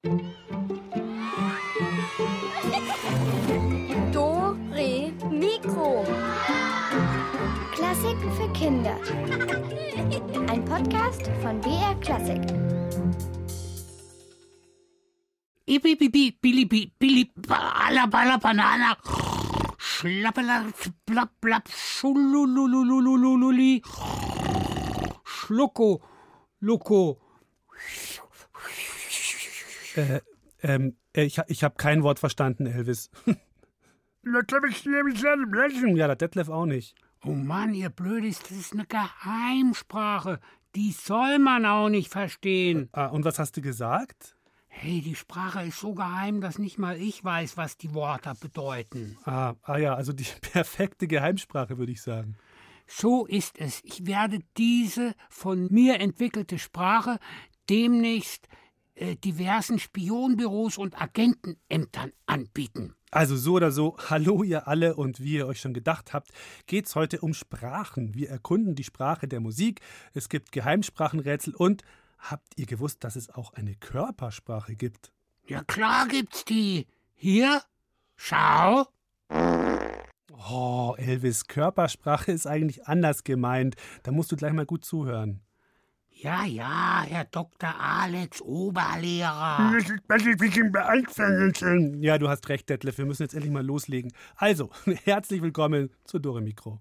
Dore Mikro. Klassiken für Kinder. Ein Podcast von BR Klassik. Ibi, Billi, Bala, Banana, Schlappala, Blab, Schululululululi, Schlucko, Loco. Ich habe kein Wort verstanden, Elvis. Ja, der Detlef auch nicht. Oh Mann, ihr Blödis, das ist eine Geheimsprache. Die soll man auch nicht verstehen. Und was hast du gesagt? Hey, die Sprache ist so geheim, dass nicht mal ich weiß, was die Worte bedeuten. Ja, also die perfekte Geheimsprache, würde ich sagen. So ist es. Ich werde diese von mir entwickelte Sprache demnächst diversen Spionbüros und Agentenämtern anbieten. Also so oder so, hallo ihr alle, und wie ihr euch schon gedacht habt, geht's heute um Sprachen. Wir erkunden die Sprache der Musik, es gibt Geheimsprachenrätsel und habt ihr gewusst, dass es auch eine Körpersprache gibt? Ja klar gibt's die. Hier, schau. Oh, Elvis, Körpersprache ist eigentlich anders gemeint. Da musst du gleich mal gut zuhören. Ja, Herr Dr. Alex, Oberlehrer. Das ist ein bisschen beeinflussend. Ja, du hast recht, Detlef, wir müssen jetzt endlich mal loslegen. Also, herzlich willkommen zu Dore Mikro.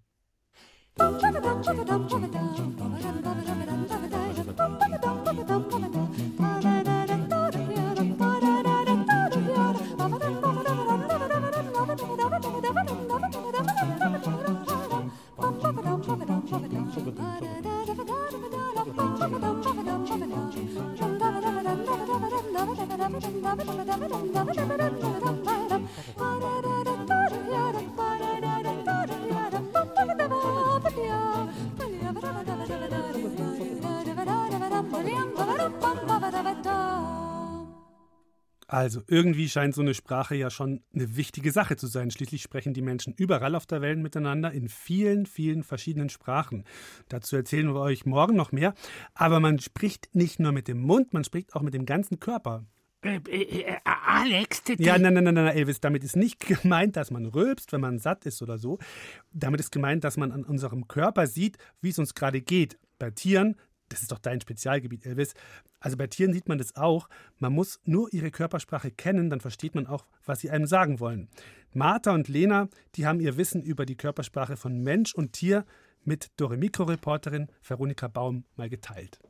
Also irgendwie scheint so eine Sprache ja schon eine wichtige Sache zu sein. Schließlich sprechen die Menschen überall auf der Welt miteinander in vielen, vielen verschiedenen Sprachen. Dazu erzählen wir euch morgen noch mehr. Aber man spricht nicht nur mit dem Mund, man spricht auch mit dem ganzen Körper. Alex? Ja, nein, Elvis, damit ist nicht gemeint, dass man rülpst, wenn man satt ist oder so. Damit ist gemeint, dass man an unserem Körper sieht, wie es uns gerade geht. Bei Tieren, das ist doch dein Spezialgebiet, Elvis. Also bei Tieren sieht man das auch. Man muss nur ihre Körpersprache kennen, dann versteht man auch, was sie einem sagen wollen. Martha und Lena, die haben ihr Wissen über die Körpersprache von Mensch und Tier mit Dore Mikro-Reporterin Veronika Baum mal geteilt.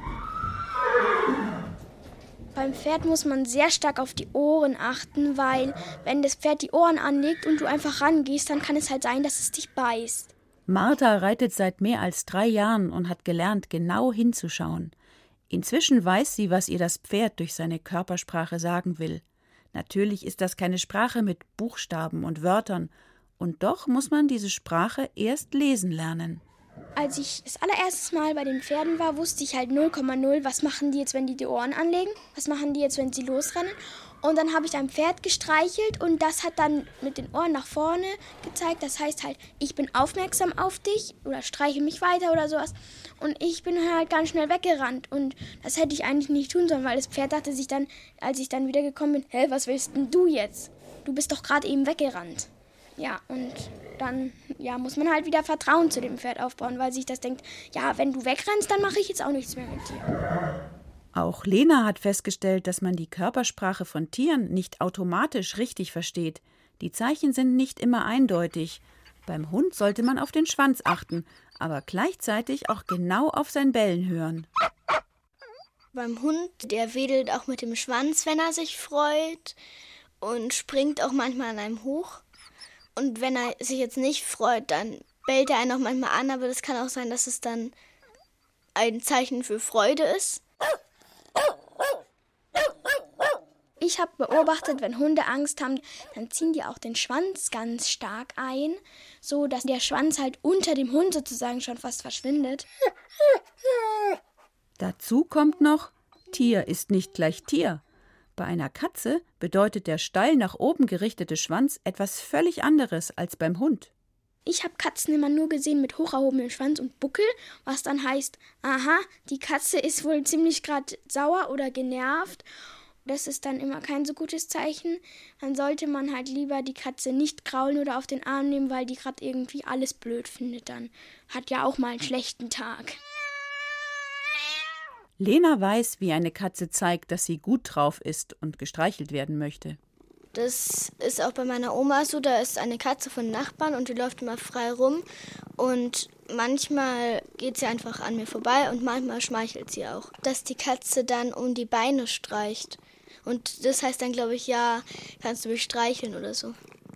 Beim Pferd muss man sehr stark auf die Ohren achten, weil wenn das Pferd die Ohren anlegt und du einfach rangehst, dann kann es halt sein, dass es dich beißt. Martha reitet seit mehr als 3 Jahren und hat gelernt, genau hinzuschauen. Inzwischen weiß sie, was ihr das Pferd durch seine Körpersprache sagen will. Natürlich ist das keine Sprache mit Buchstaben und Wörtern. Und doch muss man diese Sprache erst lesen lernen. Als ich das allererste Mal bei den Pferden war, wusste ich halt 0,0, was machen die jetzt, wenn die Ohren anlegen, was machen die jetzt, wenn sie losrennen. Und dann habe ich ein Pferd gestreichelt und das hat dann mit den Ohren nach vorne gezeigt. Das heißt halt, ich bin aufmerksam auf dich oder streiche mich weiter oder sowas. Und ich bin halt ganz schnell weggerannt. Und das hätte ich eigentlich nicht tun sollen, weil das Pferd dachte sich dann, als ich dann wieder gekommen bin, was willst denn du jetzt? Du bist doch gerade eben weggerannt. Ja, und dann muss man halt wieder Vertrauen zu dem Pferd aufbauen, weil sich das denkt, ja, wenn du wegrennst, dann mache ich jetzt auch nichts mehr mit dir. Auch Lena hat festgestellt, dass man die Körpersprache von Tieren nicht automatisch richtig versteht. Die Zeichen sind nicht immer eindeutig. Beim Hund sollte man auf den Schwanz achten, aber gleichzeitig auch genau auf sein Bellen hören. Beim Hund, der wedelt auch mit dem Schwanz, wenn er sich freut, und springt auch manchmal an einem hoch. Und wenn er sich jetzt nicht freut, dann bellt er einen auch manchmal an, aber das kann auch sein, dass es dann ein Zeichen für Freude ist. Ich habe beobachtet, wenn Hunde Angst haben, dann ziehen die auch den Schwanz ganz stark ein, so dass der Schwanz halt unter dem Hund sozusagen schon fast verschwindet. Dazu kommt noch, Tier ist nicht gleich Tier. Bei einer Katze bedeutet der steil nach oben gerichtete Schwanz etwas völlig anderes als beim Hund. Ich habe Katzen immer nur gesehen mit hoch erhobenem Schwanz und Buckel, was dann heißt, aha, die Katze ist wohl ziemlich gerade sauer oder genervt. Das ist dann immer kein so gutes Zeichen. Dann sollte man halt lieber die Katze nicht kraulen oder auf den Arm nehmen, weil die gerade irgendwie alles blöd findet. Dann hat ja auch mal einen schlechten Tag. Lena weiß, wie eine Katze zeigt, dass sie gut drauf ist und gestreichelt werden möchte. Das ist auch bei meiner Oma so, da ist eine Katze von Nachbarn und die läuft immer frei rum. Und manchmal geht sie einfach an mir vorbei und manchmal schmeichelt sie auch. Dass die Katze dann um die Beine streicht. Und das heißt dann, glaube ich, ja, kannst du mich streicheln oder so.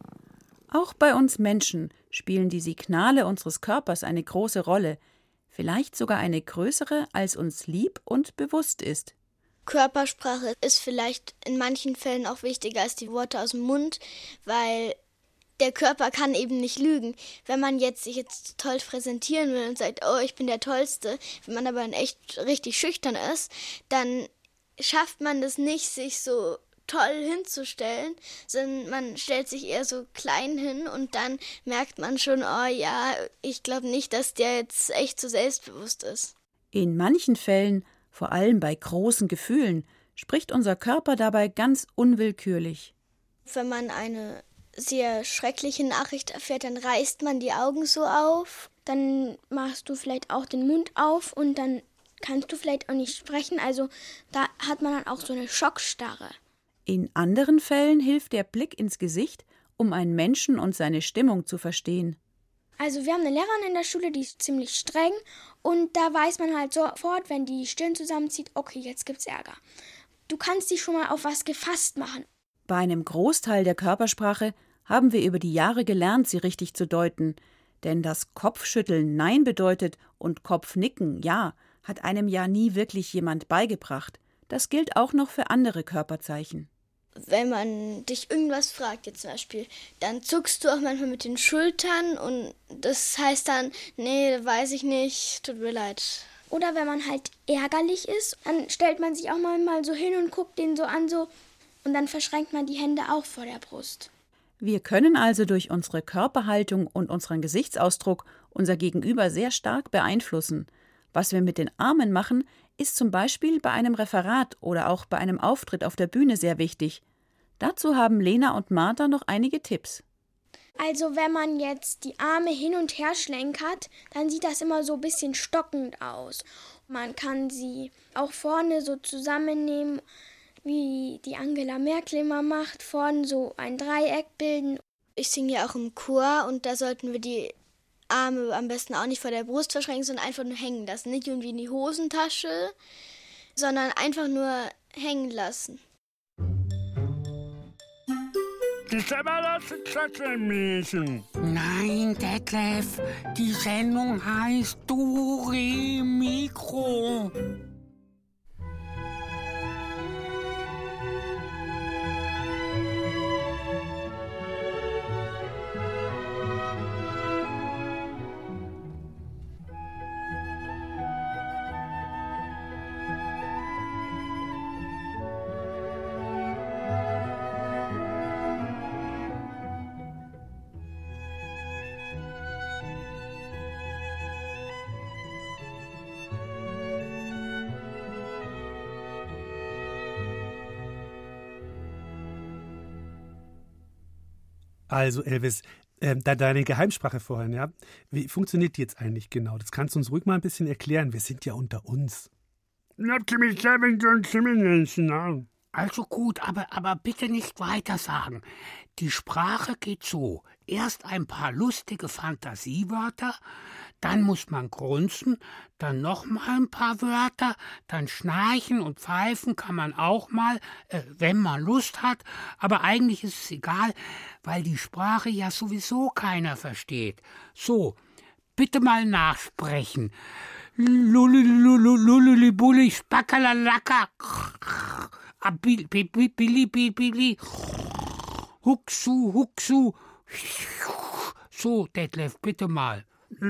Auch bei uns Menschen spielen die Signale unseres Körpers eine große Rolle. Vielleicht sogar eine größere, als uns lieb und bewusst ist. Körpersprache ist vielleicht in manchen Fällen auch wichtiger als die Worte aus dem Mund, weil der Körper kann eben nicht lügen. Wenn man sich jetzt toll präsentieren will und sagt, oh, ich bin der Tollste, wenn man aber in echt richtig schüchtern ist, dann schafft man das nicht, sich so toll hinzustellen, sondern man stellt sich eher so klein hin und dann merkt man schon, oh ja, ich glaube nicht, dass der jetzt echt so selbstbewusst ist. In manchen Fällen, vor allem bei großen Gefühlen, spricht unser Körper dabei ganz unwillkürlich. Wenn man eine sehr schreckliche Nachricht erfährt, dann reißt man die Augen so auf. Dann machst du vielleicht auch den Mund auf und dann kannst du vielleicht auch nicht sprechen. Also da hat man dann auch so eine Schockstarre. In anderen Fällen hilft der Blick ins Gesicht, um einen Menschen und seine Stimmung zu verstehen. Also wir haben eine Lehrerin in der Schule, die ist ziemlich streng und da weiß man halt sofort, wenn die Stirn zusammenzieht, okay, jetzt gibt's Ärger. Du kannst dich schon mal auf was gefasst machen. Bei einem Großteil der Körpersprache haben wir über die Jahre gelernt, sie richtig zu deuten. Denn dass Kopfschütteln Nein bedeutet und Kopfnicken Ja, hat einem ja nie wirklich jemand beigebracht. Das gilt auch noch für andere Körperzeichen. Wenn man dich irgendwas fragt, jetzt zum Beispiel, dann zuckst du auch manchmal mit den Schultern und das heißt dann, nee, weiß ich nicht, tut mir leid. Oder wenn man halt ärgerlich ist, dann stellt man sich auch mal so hin und guckt den so an, so, und dann verschränkt man die Hände auch vor der Brust. Wir können also durch unsere Körperhaltung und unseren Gesichtsausdruck unser Gegenüber sehr stark beeinflussen. Was wir mit den Armen machen, ist zum Beispiel bei einem Referat oder auch bei einem Auftritt auf der Bühne sehr wichtig. Dazu haben Lena und Martha noch einige Tipps. Also wenn man jetzt die Arme hin und her schlenkert, dann sieht das immer so ein bisschen stockend aus. Man kann sie auch vorne so zusammennehmen, wie die Angela Merkel immer macht, vorne so ein Dreieck bilden. Ich singe ja auch im Chor und da sollten wir die Arme am besten auch nicht vor der Brust verschränken, sondern einfach nur hängen lassen. Nicht irgendwie in die Hosentasche, sondern einfach nur hängen lassen. Das ist aber das Katzenmädchen. Nein, Detlef, die Sendung heißt Dore Mikro. Also Elvis, deine Geheimsprache vorhin, ja? Wie funktioniert die jetzt eigentlich genau? Das kannst du uns ruhig mal ein bisschen erklären. Wir sind ja unter uns. Also gut, aber bitte nicht weiter sagen. Die Sprache geht so. Erst ein paar lustige Fantasiewörter, dann muss man grunzen, dann noch mal ein paar Wörter, dann schnarchen und pfeifen kann man auch mal, wenn man Lust hat. Aber eigentlich ist es egal, weil die Sprache ja sowieso keiner versteht. So, bitte mal nachsprechen. Lululululululibulli, spackalalaka. Billi, Huxu, Huxu. So, Detlef, bitte mal.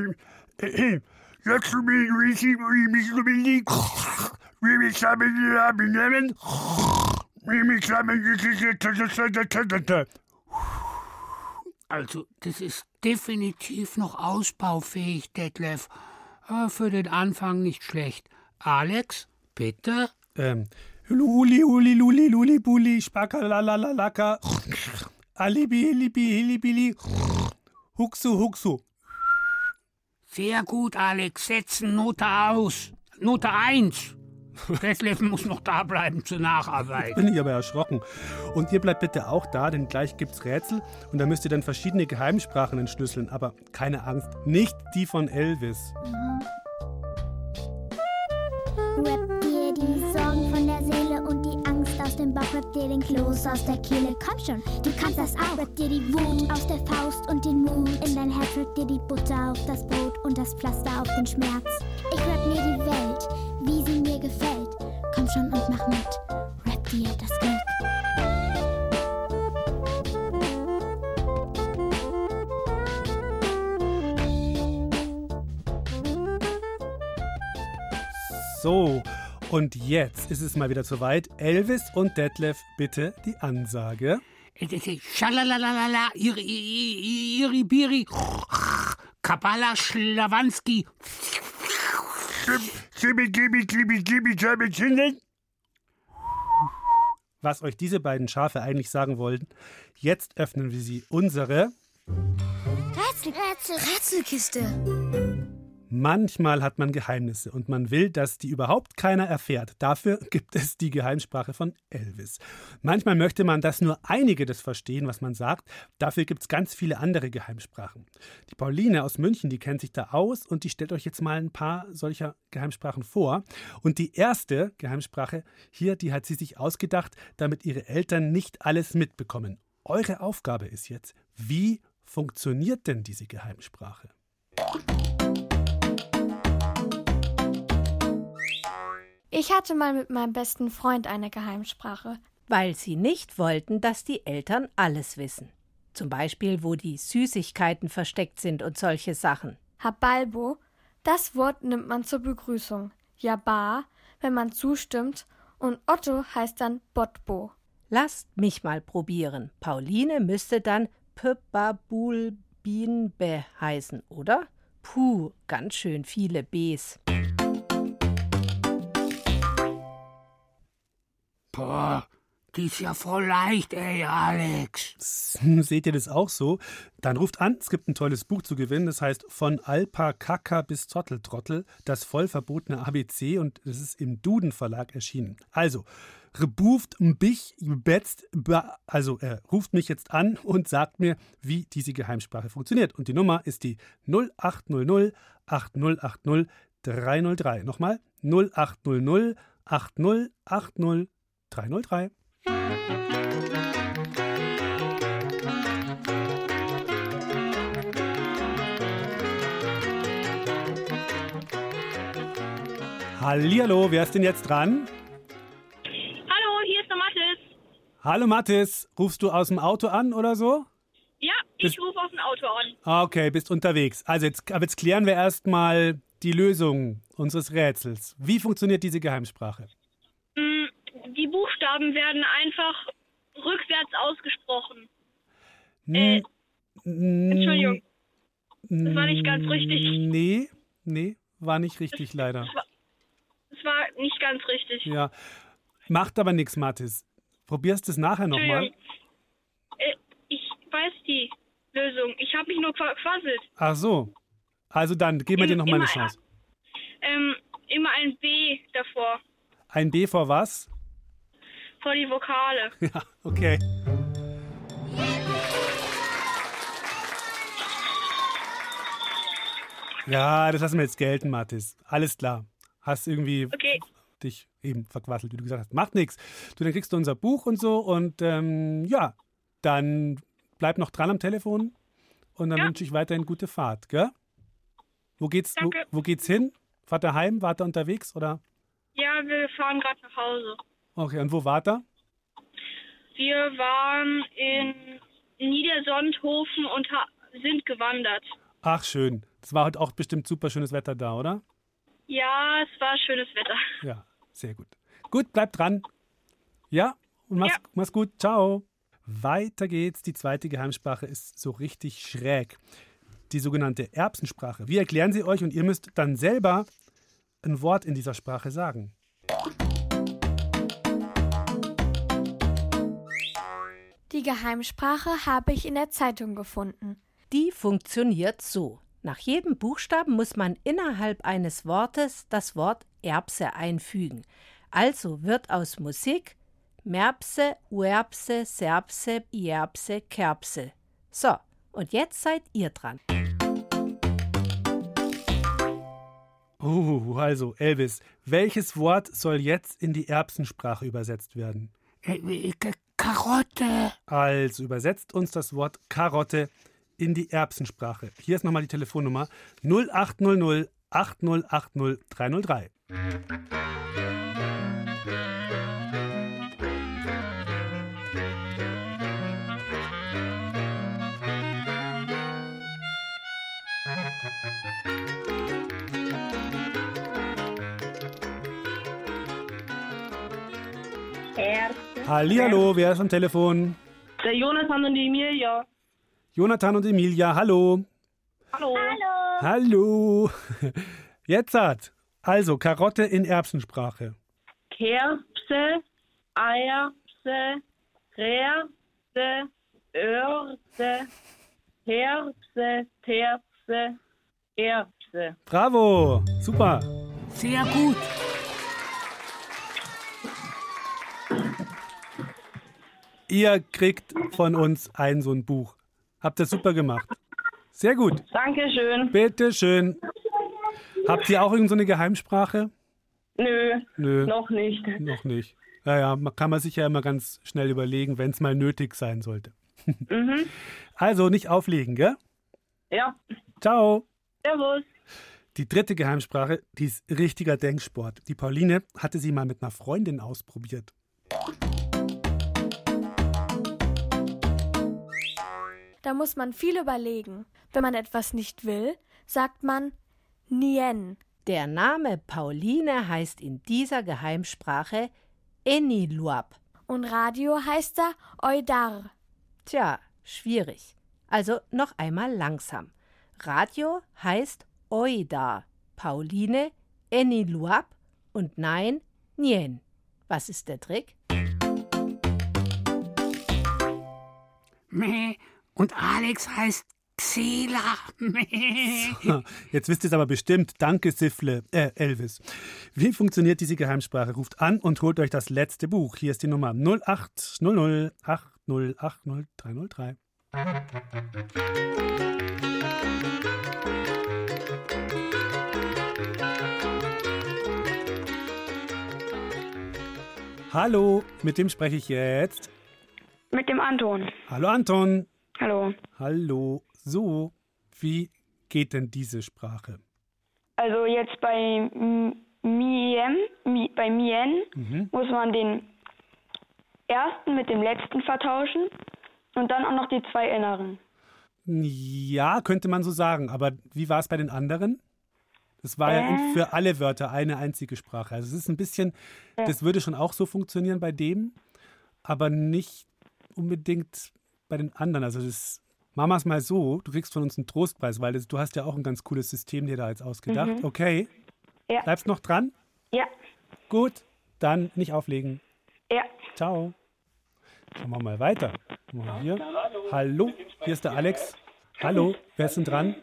Also, das ist definitiv noch ausbaufähig, Detlef. Für den Anfang nicht schlecht. Alex, bitte? Luli, Uli, Luli, Luli, Buli, Spakalalalaka, Alibi, Hilibi, Hilibili, Huxu, Huxu. Sehr gut, Alex. Setzen, Note aus. Note 1. Detlef muss noch da bleiben zur Nacharbeit. Bin ich aber erschrocken. Und ihr bleibt bitte auch da, denn gleich gibt's Rätsel und da müsst ihr dann verschiedene Geheimsprachen entschlüsseln. Aber keine Angst, nicht die von Elvis. Rap dir die Sorgen von der Seele und die Angst aus dem Bauch. Rap dir den Kloß aus der Kehle. Komm schon, du kannst das auch. Rap dir die Wut aus der Faust und den Mut in dein Herz. Rap dir die Butter auf das Brot und das Pflaster auf den Schmerz. Ich rap mir die Welt, wie sie mir gefällt. Komm schon und mach mit. Rap dir das Glück. So, und jetzt ist es mal wieder soweit. Elvis und Detlef, bitte die Ansage. Schalalalala, Iribiri, Kabala, Schlawanski. Was euch diese beiden Schafe eigentlich sagen wollten, jetzt öffnen wir sie unsere Rätselkiste. Manchmal hat man Geheimnisse und man will, dass die überhaupt keiner erfährt. Dafür gibt es die Geheimsprache von Elvis. Manchmal möchte man, dass nur einige das verstehen, was man sagt. Dafür gibt es ganz viele andere Geheimsprachen. Die Pauline aus München, die kennt sich da aus und die stellt euch jetzt mal ein paar solcher Geheimsprachen vor. Und die erste Geheimsprache hier, die hat sie sich ausgedacht, damit ihre Eltern nicht alles mitbekommen. Eure Aufgabe ist jetzt, wie funktioniert denn diese Geheimsprache? Ich hatte mal mit meinem besten Freund eine Geheimsprache. Weil sie nicht wollten, dass die Eltern alles wissen. Zum Beispiel, wo die Süßigkeiten versteckt sind und solche Sachen. Habalbo, das Wort nimmt man zur Begrüßung. Jaba, wenn man zustimmt. Und Otto heißt dann Botbo. Lasst mich mal probieren. Pauline müsste dann Pöbbabulbinbe heißen, oder? Puh, ganz schön viele Bs. Boah, die ist ja voll leicht, ey, Alex. Seht ihr das auch so? Dann ruft an, es gibt ein tolles Buch zu gewinnen, das heißt Von Alpakaka bis Zotteltrottel, das voll verbotene ABC und es ist im Duden Verlag erschienen. Also, rebuft mbich betzt, also ruft mich jetzt an und sagt mir, wie diese Geheimsprache funktioniert. Und die Nummer ist die 0800 8080 303. Nochmal, 0800 8080 303. Hallihallo, wer ist denn jetzt dran? Hallo, hier ist der Mathis. Hallo Mathis, rufst du aus dem Auto an oder so? Ja, ich rufe aus dem Auto an. Okay, bist unterwegs. Also jetzt klären wir erstmal die Lösung unseres Rätsels. Wie funktioniert diese Geheimsprache? Die Buchstaben werden einfach rückwärts ausgesprochen. Entschuldigung. Das war nicht ganz richtig. Nee, war nicht richtig leider. Es war nicht ganz richtig. Ja, macht aber nichts, Mathis. Probierst es nachher nochmal. Ich weiß die Lösung. Ich habe mich nur gequasselt. Ach so. Also dann, geben wir dir nochmal eine Chance. Immer ein B davor. Ein B vor was? Vor die Vokale. Ja, okay. Ja, das lassen wir jetzt gelten, Mathis. Alles klar. Hast irgendwie dich eben verquasselt, wie du gesagt hast. Macht nichts. Dann kriegst du unser Buch und so und ja, dann bleib noch dran am Telefon und dann wünsche ich weiterhin gute Fahrt, gell? Wo geht's hin? Fahrt ihr heim? Wart ihr unterwegs, oder? Ja, wir fahren gerade nach Hause. Okay, und wo wart ihr? Wir waren in Niedersonthofen und sind gewandert. Ach, schön. Es war heute auch bestimmt super schönes Wetter da, oder? Ja, es war schönes Wetter. Ja, sehr gut. Gut, bleib dran. Ja, und mach's gut. Ciao. Weiter geht's. Die zweite Geheimsprache ist so richtig schräg. Die sogenannte Erbsensprache. Wir erklären sie euch und ihr müsst dann selber ein Wort in dieser Sprache sagen. Die Geheimsprache habe ich in der Zeitung gefunden. Die funktioniert so. Nach jedem Buchstaben muss man innerhalb eines Wortes das Wort Erbse einfügen. Also wird aus Musik Merbse, Uerbse, Serbse, Ierbse, Kerbse. So, und jetzt seid ihr dran. Also Elvis, welches Wort soll jetzt in die Erbsensprache übersetzt werden? Karotte. Also übersetzt uns das Wort Karotte in die Erbsensprache. Hier ist nochmal die Telefonnummer 0800 8080 303. Hallihallo, wer ist am Telefon? Der Jonathan und die Emilia. Jonathan und Emilia, hallo. Hallo. Hallo. Jetzt also Karotte in Erbsensprache. Kerbse, Erbse, Rerbse, Örse, Herbse, Terbse, Erbse. Bravo, super. Sehr gut. Ihr kriegt von uns so ein Buch. Habt ihr super gemacht. Sehr gut. Dankeschön. Bitteschön. Habt ihr auch irgend so eine Geheimsprache? Nö, noch nicht. Noch nicht. Naja, kann man sich ja immer ganz schnell überlegen, wenn es mal nötig sein sollte. Mhm. Also nicht auflegen, gell? Ja. Ciao. Servus. Die dritte Geheimsprache, die ist richtiger Denksport. Die Pauline hatte sie mal mit einer Freundin ausprobiert. Da muss man viel überlegen. Wenn man etwas nicht will, sagt man nien. Der Name Pauline heißt in dieser Geheimsprache Eniluap. Und Radio heißt da Eudar. Tja, schwierig. Also noch einmal langsam. Radio heißt Eudar, Pauline Eniluap und nein, nien. Was ist der Trick? Meh. Und Alex heißt Xela. Jetzt wisst ihr es aber bestimmt. Danke, Elvis. Wie funktioniert diese Geheimsprache? Ruft an und holt euch das letzte Buch. Hier ist die Nummer 0800 8080 303. Hallo, mit wem spreche ich jetzt? Mit dem Anton. Hallo Anton. Hallo. Hallo. So, wie geht denn diese Sprache? Also jetzt bei Mien muss man den ersten mit dem letzten vertauschen und dann auch noch die zwei inneren. Ja, könnte man so sagen. Aber wie war es bei den anderen? Das war ja für alle Wörter eine einzige Sprache. Also es ist ein bisschen, das würde schon auch so funktionieren bei dem, aber nicht unbedingt bei den anderen. Also machen wir es mal so, du kriegst von uns einen Trostpreis, weil du hast ja auch ein ganz cooles System dir da jetzt ausgedacht. Mhm. Okay? Ja. Bleibst noch dran? Ja. Gut, dann nicht auflegen. Ja. Ciao. Dann machen wir mal weiter. Mal hier. Hallo, hier ist der Alex. Hallo, wer ist denn dran?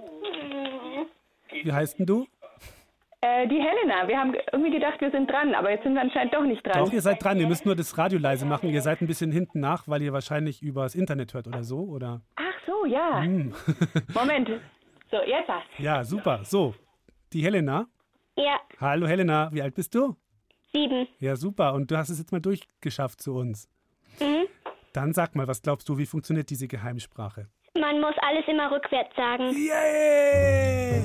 Wie heißt denn du? Die Helena. Wir haben irgendwie gedacht, wir sind dran, aber jetzt sind wir anscheinend doch nicht dran. Doch, ihr seid dran. Ihr müsst nur das Radio leise machen. Ihr seid ein bisschen hinten nach, weil ihr wahrscheinlich übers Internet hört oder so, oder? Ach so, ja. Moment. So, jetzt was. Ja, super. So, die Helena. Ja. Hallo Helena, wie alt bist du? 7. Ja, super. Und du hast es jetzt mal durchgeschafft zu uns. Mhm. Dann sag mal, was glaubst du, wie funktioniert diese Geheimsprache? Man muss alles immer rückwärts sagen. Yay!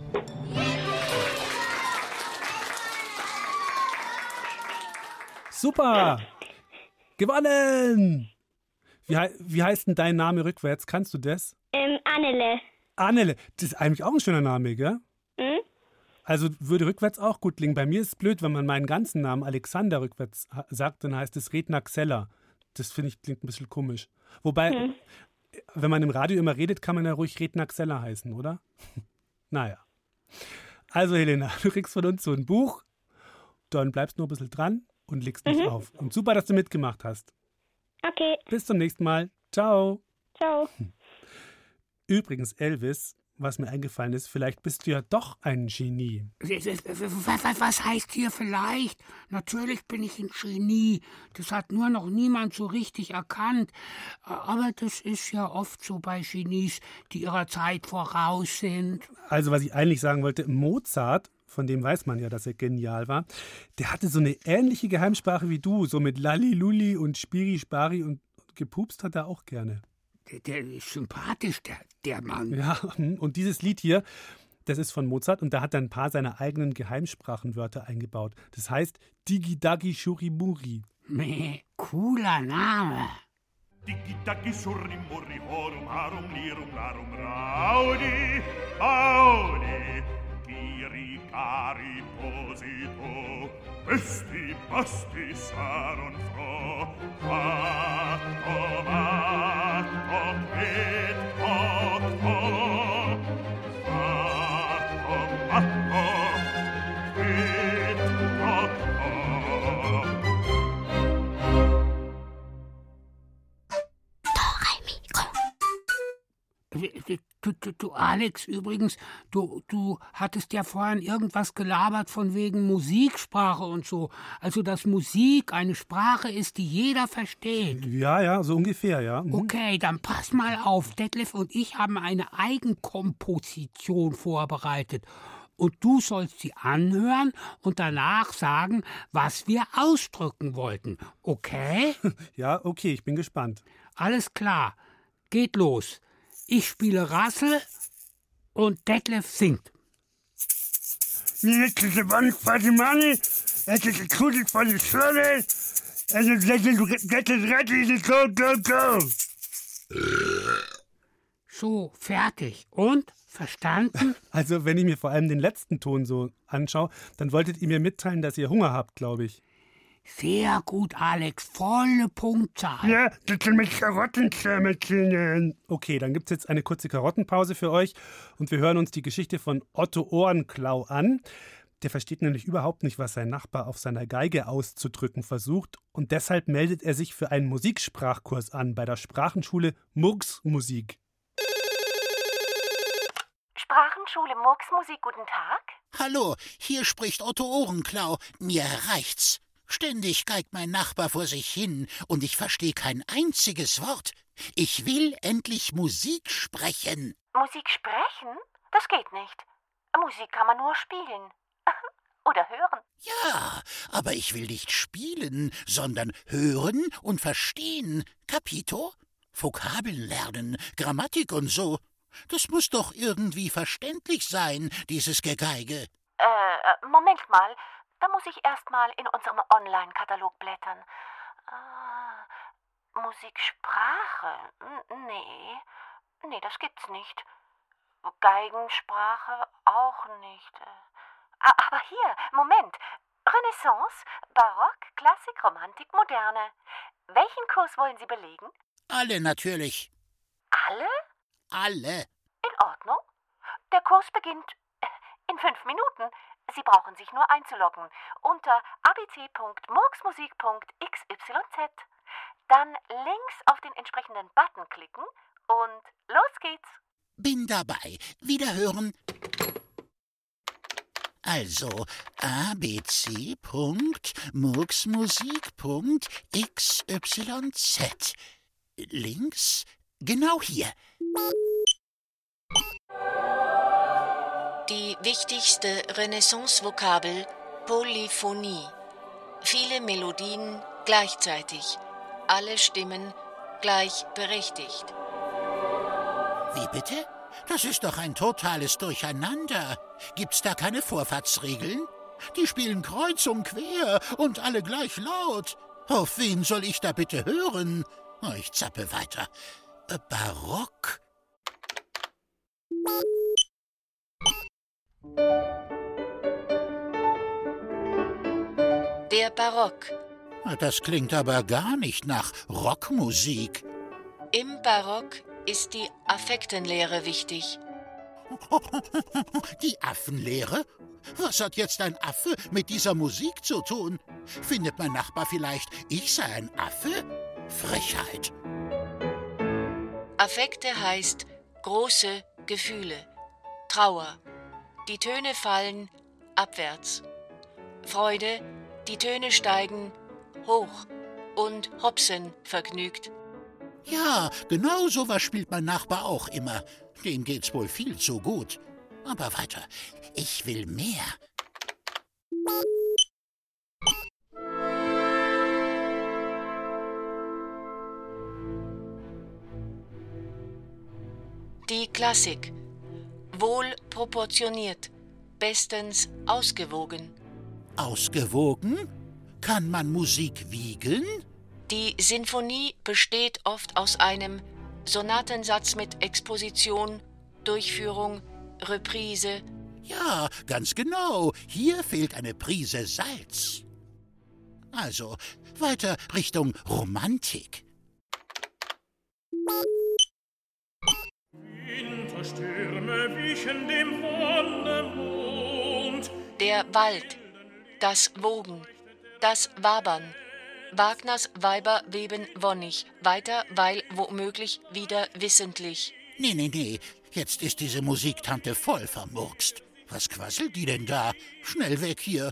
Super! Gewonnen! Wie heißt denn dein Name rückwärts? Kannst du das? Annele. Annele, das ist eigentlich auch ein schöner Name, gell? Mhm. Also würde rückwärts auch gut klingen. Bei mir ist es blöd, wenn man meinen ganzen Namen Alexander rückwärts sagt, dann heißt es Redner Xeller. Das finde ich klingt ein bisschen komisch. Wobei, wenn man im Radio immer redet, kann man ja ruhig Redner Xeller heißen, oder? Naja. Also Helena, du kriegst von uns so ein Buch, dann bleibst nur ein bisschen dran und legst nicht auf. Und super, dass du mitgemacht hast. Okay. Bis zum nächsten Mal. Ciao. Ciao. Übrigens, Elvis, was mir eingefallen ist, vielleicht bist du ja doch ein Genie. Was heißt hier vielleicht? Natürlich bin ich ein Genie. Das hat nur noch niemand so richtig erkannt. Aber das ist ja oft so bei Genies, die ihrer Zeit voraus sind. Also, was ich eigentlich sagen wollte, Mozart, von dem weiß man ja, dass er genial war, der hatte so eine ähnliche Geheimsprache wie du, so mit Lalli, Lulli und Spiri, Spari und gepupst hat er auch gerne. Der ist sympathisch, der Mann. Ja, und dieses Lied hier, das ist von Mozart und da hat er ein paar seiner eigenen Geheimsprachenwörter eingebaut. Das heißt Digi-Dagi Shurimuri. Cooler Name. Digi-Dagi Shurimuri, Horum, Harum, Lirum, Larum, Raudi, Audi, Giri, Cari, Posito, Besti, Basti, Saron, Fro, Fatto, Matto, Pet, Otto, Fatto, Matto, Pet, Otto. Du Alex, übrigens, du hattest ja vorhin irgendwas gelabert von wegen Musiksprache und so. Also, dass Musik eine Sprache ist, die jeder versteht. Ja, so ungefähr, ja. Okay, dann pass mal auf. Detlef und ich haben eine Eigenkomposition vorbereitet. Und du sollst sie anhören und danach sagen, was wir ausdrücken wollten. Okay? Ja, okay, ich bin gespannt. Alles klar. Geht los. Ich spiele Rassel und Detlef singt. So, fertig. Und? Verstanden? Also, wenn ich mir vor allem den letzten Ton so anschaue, dann wolltet ihr mir mitteilen, dass ihr Hunger habt, glaube ich. Sehr gut, Alex. Volle Punktzahl. Ja, das sind mit Karottenzähmchen. Okay, dann gibt es jetzt eine kurze Karottenpause für euch und wir hören uns die Geschichte von Otto Ohrenklau an. Der versteht nämlich überhaupt nicht, was sein Nachbar auf seiner Geige auszudrücken versucht und deshalb meldet er sich für einen Musiksprachkurs an bei der Sprachenschule Murks Musik. Sprachenschule Murks Musik, guten Tag. Hallo, hier spricht Otto Ohrenklau. Mir reicht's. Ständig geigt mein Nachbar vor sich hin und ich verstehe kein einziges Wort. Ich will endlich Musik sprechen. Musik sprechen? Das geht nicht. Musik kann man nur spielen. Oder hören. Ja, aber ich will nicht spielen, sondern hören und verstehen. Capito? Vokabeln lernen, Grammatik und so. Das muss doch irgendwie verständlich sein, dieses Gegeige. Moment mal. Da muss ich erst mal in unserem Online-Katalog blättern. Musiksprache? Nee, das gibt's nicht. Geigensprache auch nicht. Aber hier, Moment. Renaissance, Barock, Klassik, Romantik, Moderne. Welchen Kurs wollen Sie belegen? Alle natürlich. Alle? Alle. In Ordnung. Der Kurs beginnt in 5 Minuten. Sie brauchen sich nur einzuloggen unter abc.murksmusik.xyz. Dann links auf den entsprechenden Button klicken und los geht's. Bin dabei. Wiederhören. Also abc.murksmusik.xyz. Links, genau hier. Die wichtigste Renaissance-Vokabel Polyphonie. Viele Melodien gleichzeitig. Alle Stimmen gleichberechtigt. Wie bitte? Das ist doch ein totales Durcheinander. Gibt's da keine Vorfahrtsregeln? Die spielen kreuz und quer und alle gleich laut. Auf wen soll ich da bitte hören? Ich zappe weiter. Barock. Der Barock. Das klingt aber gar nicht nach Rockmusik. Im Barock ist die Affektenlehre wichtig. Die Affenlehre? Was hat jetzt ein Affe mit dieser Musik zu tun? Findet mein Nachbar vielleicht, ich sei ein Affe? Frechheit. Affekte heißt große Gefühle. Trauer. Die Töne fallen abwärts. Freude. Die Töne steigen hoch und hopsen vergnügt. Ja, genau sowas spielt mein Nachbar auch immer. Dem geht's wohl viel zu gut. Aber weiter. Ich will mehr. Die Klassik. Wohl proportioniert. Bestens ausgewogen. Ausgewogen? Kann man Musik wiegen? Die Sinfonie besteht oft aus einem Sonatensatz mit Exposition, Durchführung, Reprise. Ja, ganz genau. Hier fehlt eine Prise Salz. Also, weiter Richtung Romantik. Winterstürme wichen dem Wonnemond. Der Wald, das Wogen, das Wabern. Wagners Weiber weben wonnig, weiter, weil womöglich wieder wissentlich. Nee. Jetzt ist diese Musiktante voll vermurkst. Was quasselt die denn da? Schnell weg hier.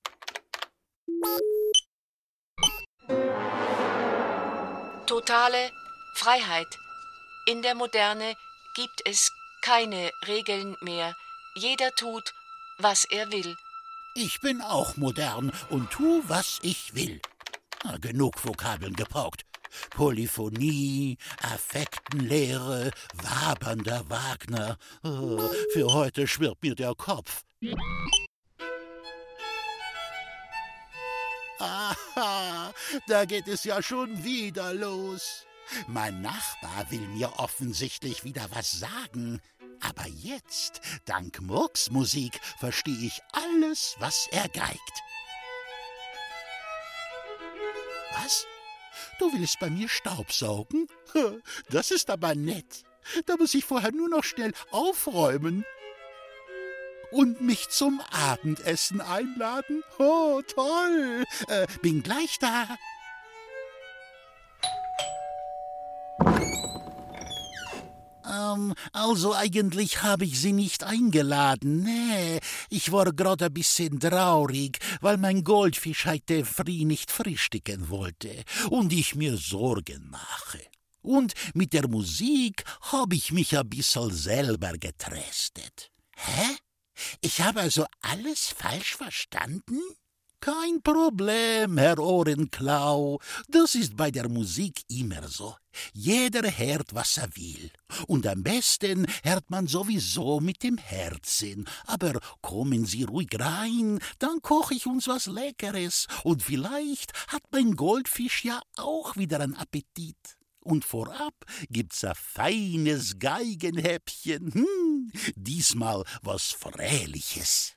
Totale Freiheit. In der Moderne gibt es keine Regeln mehr. Jeder tut, was er will. Ich bin auch modern und tu, was ich will. Na, genug Vokabeln gebraucht. Polyphonie, Affektenlehre, wabernder Wagner. Oh, für heute schwirrt mir der Kopf. Aha, da geht es ja schon wieder los. Mein Nachbar will mir offensichtlich wieder was sagen. Aber jetzt, dank Murksmusik, verstehe ich alles, was er geigt. Was? Du willst bei mir Staubsaugen? Das ist aber nett. Da muss ich vorher nur noch schnell aufräumen. Und mich zum Abendessen einladen? Oh, toll. Bin gleich da. Also eigentlich habe ich sie nicht eingeladen. Nee, ich war gerade ein bisschen traurig, weil mein Goldfisch heute früh nicht frühstücken wollte und ich mir Sorgen mache. Und mit der Musik habe ich mich ein bisschen selber getröstet. Hä? Ich habe also alles falsch verstanden? Kein Problem, Herr Ohrenklau. Das ist bei der Musik immer so. Jeder hört, was er will. Und am besten hört man sowieso mit dem Herzen. Aber kommen Sie ruhig rein, dann koche ich uns was Leckeres. Und vielleicht hat mein Goldfisch ja auch wieder einen Appetit. Und vorab gibt's ein feines Geigenhäppchen. Diesmal was Frähliches.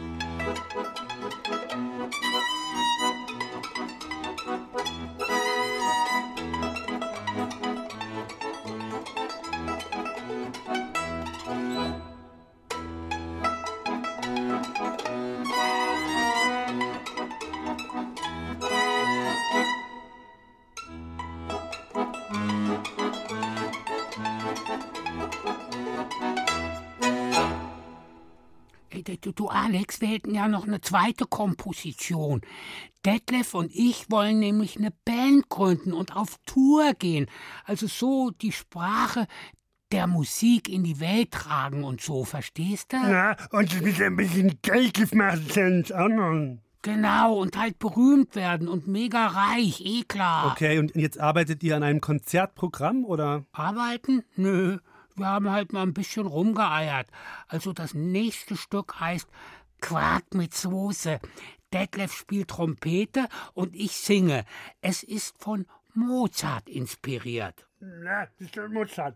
Du, Alex, wir hätten ja noch eine zweite Komposition. Detlef und ich wollen nämlich eine Band gründen und auf Tour gehen. Also so die Sprache der Musik in die Welt tragen und so, verstehst du? Ja, und mit ein bisschen Geld machen auch noch. Genau, und halt berühmt werden und mega reich, klar. Okay, und jetzt arbeitet ihr an einem Konzertprogramm, oder? Arbeiten? Nö. Wir haben halt mal ein bisschen rumgeeiert. Also das nächste Stück heißt Quark mit Soße. Detlef spielt Trompete und ich singe. Es ist von Mozart inspiriert. Na, das ist von Mozart.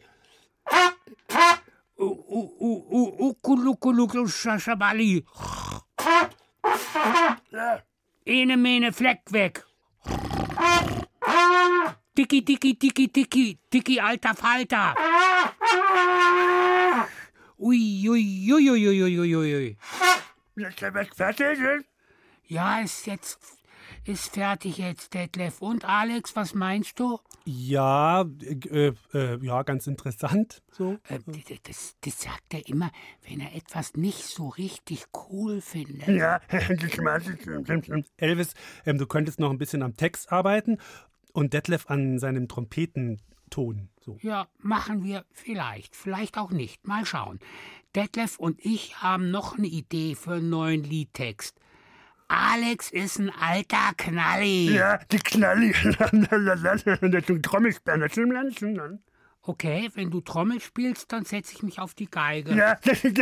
Ukulukulukul Schabali. Ene Mene Fleck weg. Tiki, tiki, tiki, tiki, tiki, alter Falter. Ui, ui, ui, ui, ui, ui, ui. Ist der fertig? Ja, ist ist fertig jetzt, Detlef. Und Alex, was meinst du? Ja, ganz interessant. So. Das sagt er immer, wenn er etwas nicht so richtig cool findet. Ja, Elvis, du könntest noch ein bisschen am Text arbeiten und Detlef an seinem Trompetenton. So. Ja, machen wir vielleicht auch nicht. Mal schauen. Detlef und ich haben noch eine Idee für einen neuen Liedtext. Alex ist ein alter Knalli. Ja, die Knalli. Der Trommelspanner. Okay, wenn du Trommel spielst, dann setze ich mich auf die Geige. Ja.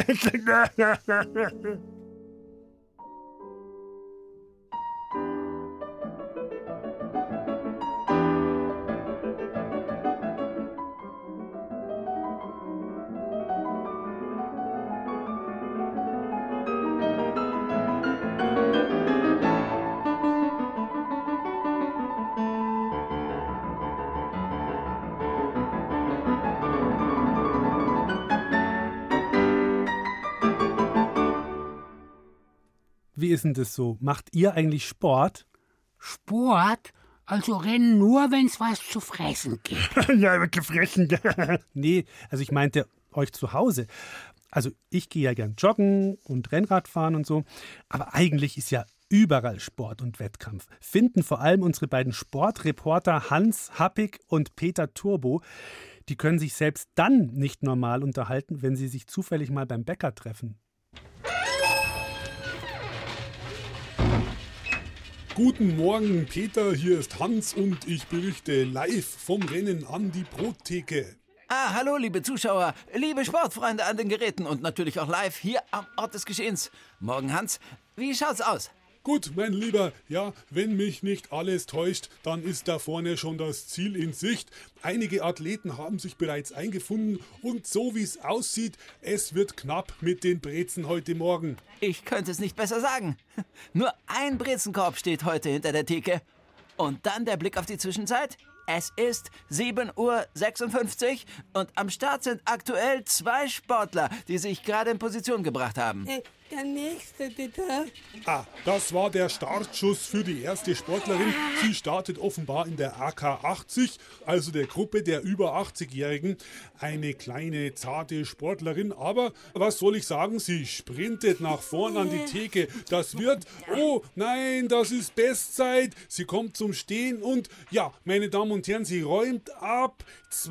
Wie ist denn das so? Macht ihr eigentlich Sport? Sport? Also rennen nur, wenn es was zu fressen gibt. Ja, wird gefressen. Nee, also ich meinte euch zu Hause. Also ich gehe ja gern joggen und Rennrad fahren und so. Aber eigentlich ist ja überall Sport und Wettkampf. Finden vor allem unsere beiden Sportreporter Hans Happig und Peter Turbo. Die können sich selbst dann nicht normal unterhalten, wenn sie sich zufällig mal beim Bäcker treffen. Guten Morgen, Peter, hier ist Hans und ich berichte live vom Rennen an die Brottheke. Hallo, liebe Zuschauer, liebe Sportfreunde an den Geräten und natürlich auch live hier am Ort des Geschehens. Morgen, Hans, wie schaut's aus? Gut, mein Lieber, ja, wenn mich nicht alles täuscht, dann ist da vorne schon das Ziel in Sicht. Einige Athleten haben sich bereits eingefunden und so wie es aussieht, es wird knapp mit den Brezen heute Morgen. Ich könnte es nicht besser sagen. Nur ein Brezenkorb steht heute hinter der Theke. Und dann der Blick auf die Zwischenzeit. Es ist 7:56 Uhr und am Start sind aktuell 2 Sportler, die sich gerade in Position gebracht haben. Der nächste, bitte. Das war der Startschuss für die erste Sportlerin. Sie startet offenbar in der AK 80, also der Gruppe der über 80-Jährigen. Eine kleine, zarte Sportlerin, aber was soll ich sagen, sie sprintet nach vorn an die Theke. Das wird, oh nein, das ist Bestzeit. Sie kommt zum Stehen und, ja, meine Damen und Herren, sie räumt ab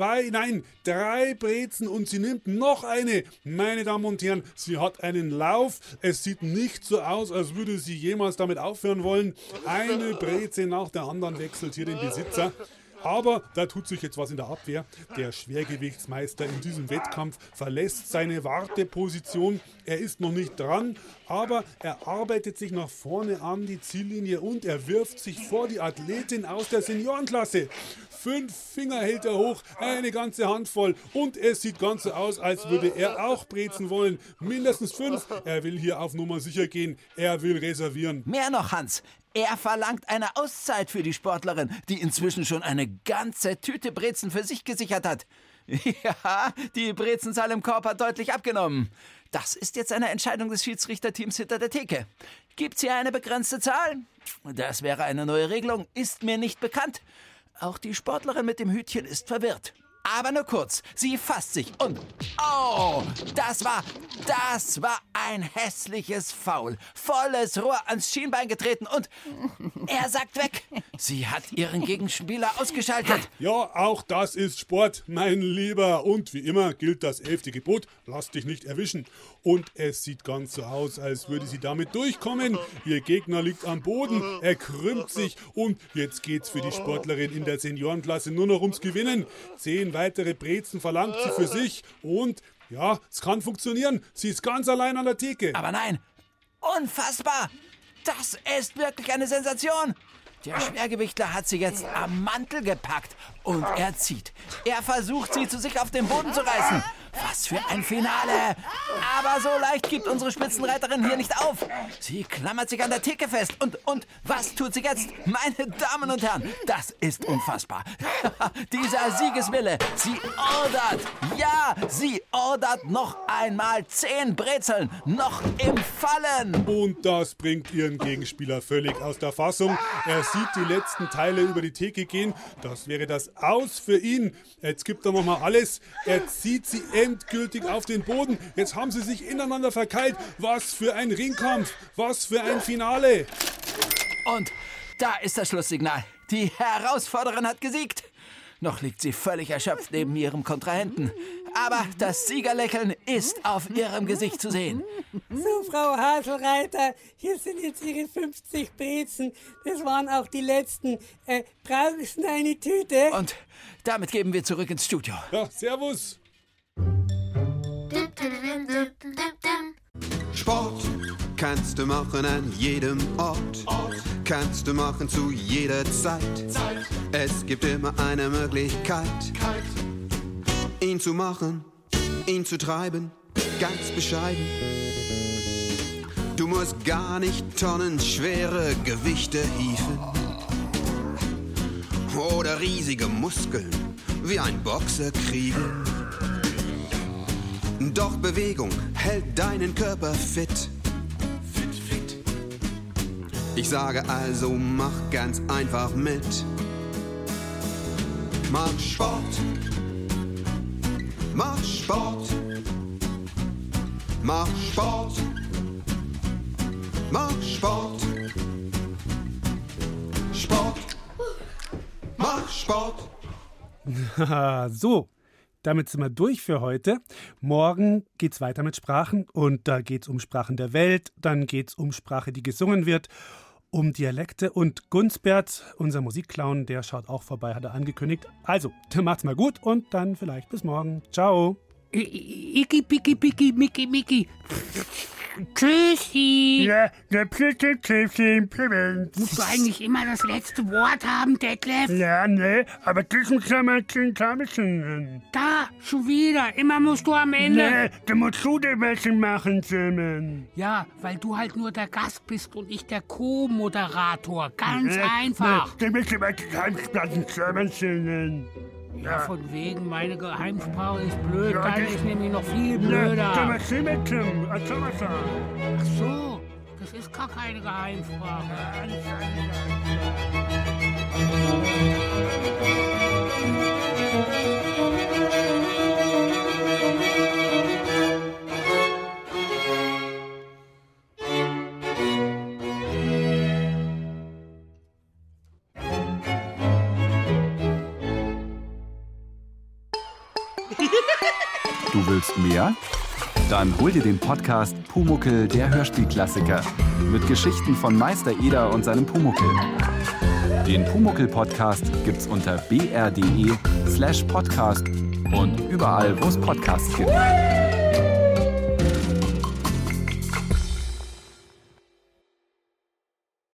3 Brezen und sie nimmt noch eine. Meine Damen und Herren, sie hat einen Lauf. Es sieht nicht so aus, als würde sie jemals damit aufhören wollen. Eine Breze nach der anderen wechselt hier den Besitzer. Aber da tut sich jetzt was in der Abwehr. Der Schwergewichtsmeister in diesem Wettkampf verlässt seine Warteposition. Er ist noch nicht dran, aber er arbeitet sich nach vorne an die Ziellinie und er wirft sich vor die Athletin aus der Seniorenklasse. 5 Finger hält er hoch, eine ganze Handvoll und es sieht ganz so aus, als würde er auch brezen wollen. Mindestens 5. Er will hier auf Nummer sicher gehen. Er will reservieren. Mehr noch, Hans. Er verlangt eine Auszeit für die Sportlerin, die inzwischen schon eine ganze Tüte Brezen für sich gesichert hat. Ja, die Brezenzahl im Korb hat deutlich abgenommen. Das ist jetzt eine Entscheidung des Schiedsrichterteams hinter der Theke. Gibt's hier eine begrenzte Zahl? Das wäre eine neue Regelung, ist mir nicht bekannt. Auch die Sportlerin mit dem Hütchen ist verwirrt. Aber nur kurz, sie fasst sich und... Oh, das war ein hässliches Foul. Volles Rohr ans Schienbein getreten und er sagt weg. Sie hat ihren Gegenspieler ausgeschaltet. Ja, auch das ist Sport, mein Lieber. Und wie immer gilt das 11. Gebot, lass dich nicht erwischen. Und es sieht ganz so aus, als würde sie damit durchkommen. Ihr Gegner liegt am Boden, er krümmt sich und jetzt geht's für die Sportlerin in der Seniorenklasse nur noch ums Gewinnen. 10 weitere Brezen verlangt sie für sich und ja, es kann funktionieren. Sie ist ganz allein an der Theke. Aber nein, unfassbar. Das ist wirklich eine Sensation. Der Schwergewichtler hat sie jetzt am Mantel gepackt Und er zieht. Er versucht, sie zu sich auf den Boden zu reißen. Was für ein Finale! Aber so leicht gibt unsere Spitzenreiterin hier nicht auf. Sie klammert sich an der Theke fest. Und was tut sie jetzt? Meine Damen und Herren, das ist unfassbar. Dieser Siegeswille. Sie ordert. Ja, sie ordert noch einmal 10 Brezeln. Noch im Fallen. Und das bringt ihren Gegenspieler völlig aus der Fassung. Er sieht die letzten Teile über die Theke gehen. Das wäre das Aus für ihn. Jetzt gibt er nochmal alles. Er zieht sie endgültig auf den Boden. Jetzt haben sie sich ineinander verkeilt. Was für ein Ringkampf. Was für ein Finale. Und da ist das Schlusssignal. Die Herausforderin hat gesiegt. Noch liegt sie völlig erschöpft neben ihrem Kontrahenten. Aber das Siegerlächeln ist auf ihrem Gesicht zu sehen. So, Frau Haselreiter, hier sind jetzt Ihre 50 Brezen. Das waren auch die letzten. Brauchen Sie eine Tüte? Und damit geben wir zurück ins Studio. Ja, servus. Sport kannst du machen an jedem Ort. Kannst du machen zu jeder Zeit. Es gibt immer eine Möglichkeit, ihn zu machen, ihn zu treiben, ganz bescheiden. Du musst gar nicht tonnenschwere Gewichte hieven oder riesige Muskeln wie ein Boxer kriegen. Doch Bewegung hält deinen Körper fit. Ich sage also, mach ganz einfach mit. Mach Sport. Mach Sport. Mach Sport. Mach Sport. Sport. Mach Sport. So, damit sind wir durch für heute. Morgen geht's weiter mit Sprachen und da geht's um Sprachen der Welt, dann geht's um Sprache, die gesungen wird, um Dialekte und Gunsbert, unser Musikclown, der schaut auch vorbei, hat er angekündigt. Also, dann macht's mal gut und dann vielleicht bis morgen. Ciao. Icki, picki, picki, Mickey, Mickey. Tschüssi. Ja, Tschüssi. Musst du eigentlich immer das letzte Wort haben, Detlef? Ja, ne, aber diesen kann man singen. Da, schon wieder. Immer musst du am Ende. Ne, du musst du die Wäsche machen, Simon. Ja, weil du halt nur der Gast bist und ich der Co-Moderator. Ganz einfach. Du musst immer Geheimsprachen zusammen singen. Ja, von wegen, meine Geheimsprache ist blöd, deine ist nämlich noch viel blöder. Ach so, das ist gar keine Geheimsprache. Du willst mehr? Dann hol dir den Podcast Pumuckl, der Hörspielklassiker. Mit Geschichten von Meister Eder und seinem Pumuckl. Den Pumuckl-Podcast gibt's unter br.de/podcast und überall, wo es Podcasts gibt.